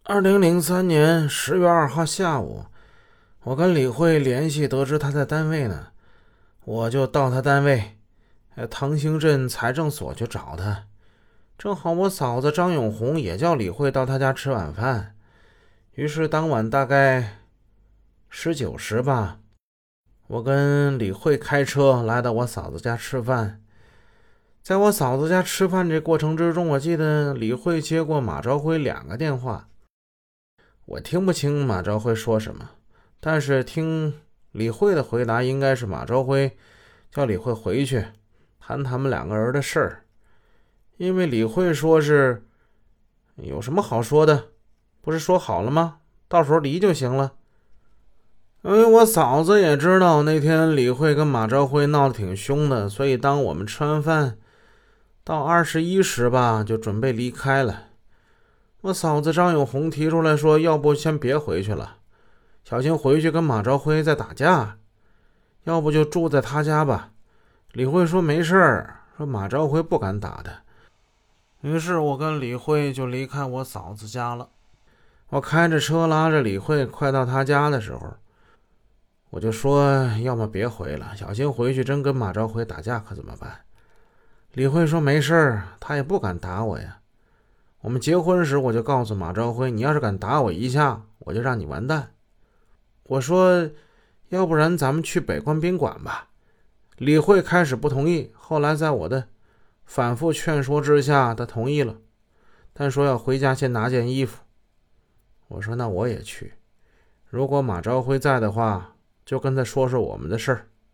2003年10月2号下午，我跟李慧联系，得知他在单位呢，我就到他单位唐兴镇财政所去找他。正好我嫂子张永红也叫李慧到他家吃晚饭，于是当晚大概19时吧，我跟李慧开车来到我嫂子家吃饭。在我嫂子家吃饭这过程之中，我记得李慧接过马朝辉2个电话。我听不清马朝辉说什么，但是听李慧的回答应该是马朝辉叫李慧回去谈他们2个人的事儿。因为李慧说是有什么好说的，不是说好了吗？到时候离就行了。因为我嫂子也知道那天李慧跟马朝辉闹得挺凶的，所以当我们吃完饭到21时吧，就准备离开了。我嫂子张永红提出来说，要不先别回去了，小心回去跟马朝辉再打架，要不就住在他家吧。李慧说没事儿，说马朝辉不敢打的。于是我跟李慧就离开我嫂子家了。我开着车拉着李慧快到他家的时候，我就说要么别回了，小心回去真跟马朝辉打架可怎么办。李慧说没事儿，他也不敢打我呀。我们结婚时我就告诉马朝辉，你要是敢打我一下，我就让你完蛋。我说要不然咱们去北关宾馆吧。李慧开始不同意，后来在我的反复劝说之下，他同意了，但说要回家先拿件衣服。我说那我也去，如果马朝辉在的话，就跟他说说我们的事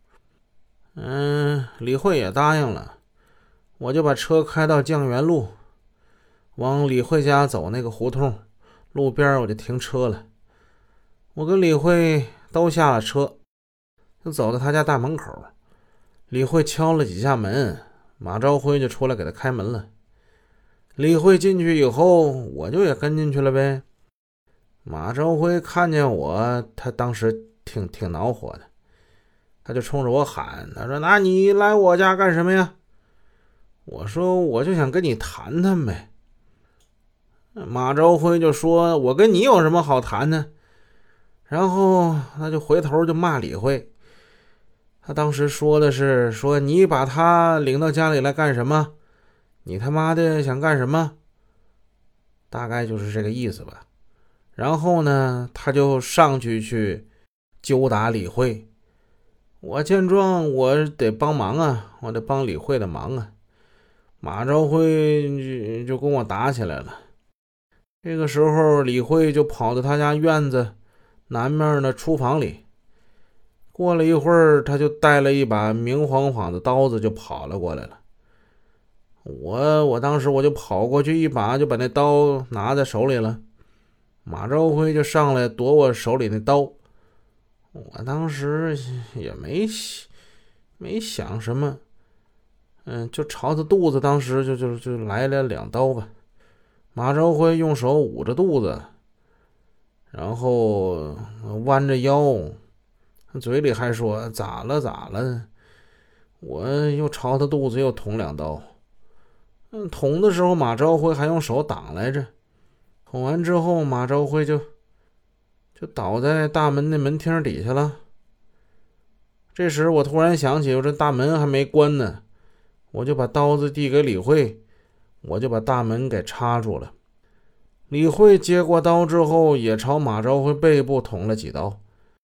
儿。李慧也答应了，我就把车开到酱园路，往李慧家走那个胡同，路边我就停车了。我跟李慧都下了车，就走到他家大门口。李慧敲了几下门，马朝辉就出来给他开门了。李慧进去以后，我就也跟进去了呗。马朝辉看见我，他当时挺恼火的，他就冲着我喊，他说那你来我家干什么呀？我说我就想跟你谈谈呗。马朝辉就说我跟你有什么好谈呢？然后他就回头就骂李慧，他当时说的是说你把他领到家里来干什么？你他妈的想干什么？大概就是这个意思吧。然后呢，他就上去揪打李慧。我见状我得帮忙啊，我得帮李慧的忙啊。马朝辉就跟我打起来了。这个时候李慧就跑到他家院子南面的厨房里，过了一会儿他就带了一把明晃晃的刀子就跑了过来了。我当时我就跑过去，一把就把那刀拿在手里了。马朝辉就上来夺我手里那刀，我当时也没想什么，就朝他肚子当时就来了2刀吧。马朝辉用手捂着肚子，然后弯着腰，嘴里还说咋了。我又朝他肚子又捅2刀。捅的时候马朝辉还用手挡来着。捅完之后马朝辉就倒在大门那门厅底下了。这时我突然想起我这大门还没关呢，我就把刀子递给李慧，我就把大门给插住了。李慧接过刀之后也朝马朝辉背部捅了几刀。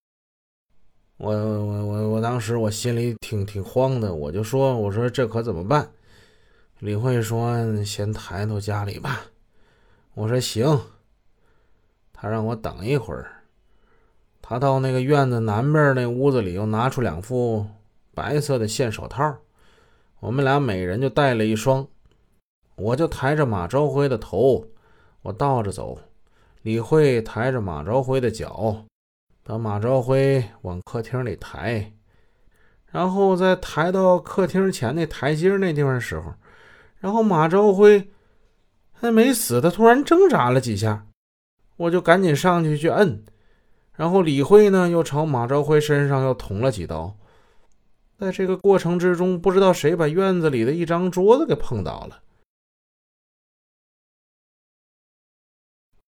我当时我心里挺慌的，我说这可怎么办？李慧说先抬到家里吧。我说行。他让我等一会儿，他到那个院子南边那屋子里又拿出2副白色的线手套，我们俩每人就戴了1双。我就抬着马朝辉的头，我倒着走，李慧抬着马朝辉的脚，把马朝辉往客厅里抬。然后在抬到客厅前那台阶那地方的时候，然后马朝辉还没死，他突然挣扎了几下，我就赶紧上去摁。然后李慧呢又朝马朝辉身上又捅了几刀。在这个过程之中，不知道谁把院子里的一张桌子给碰倒了，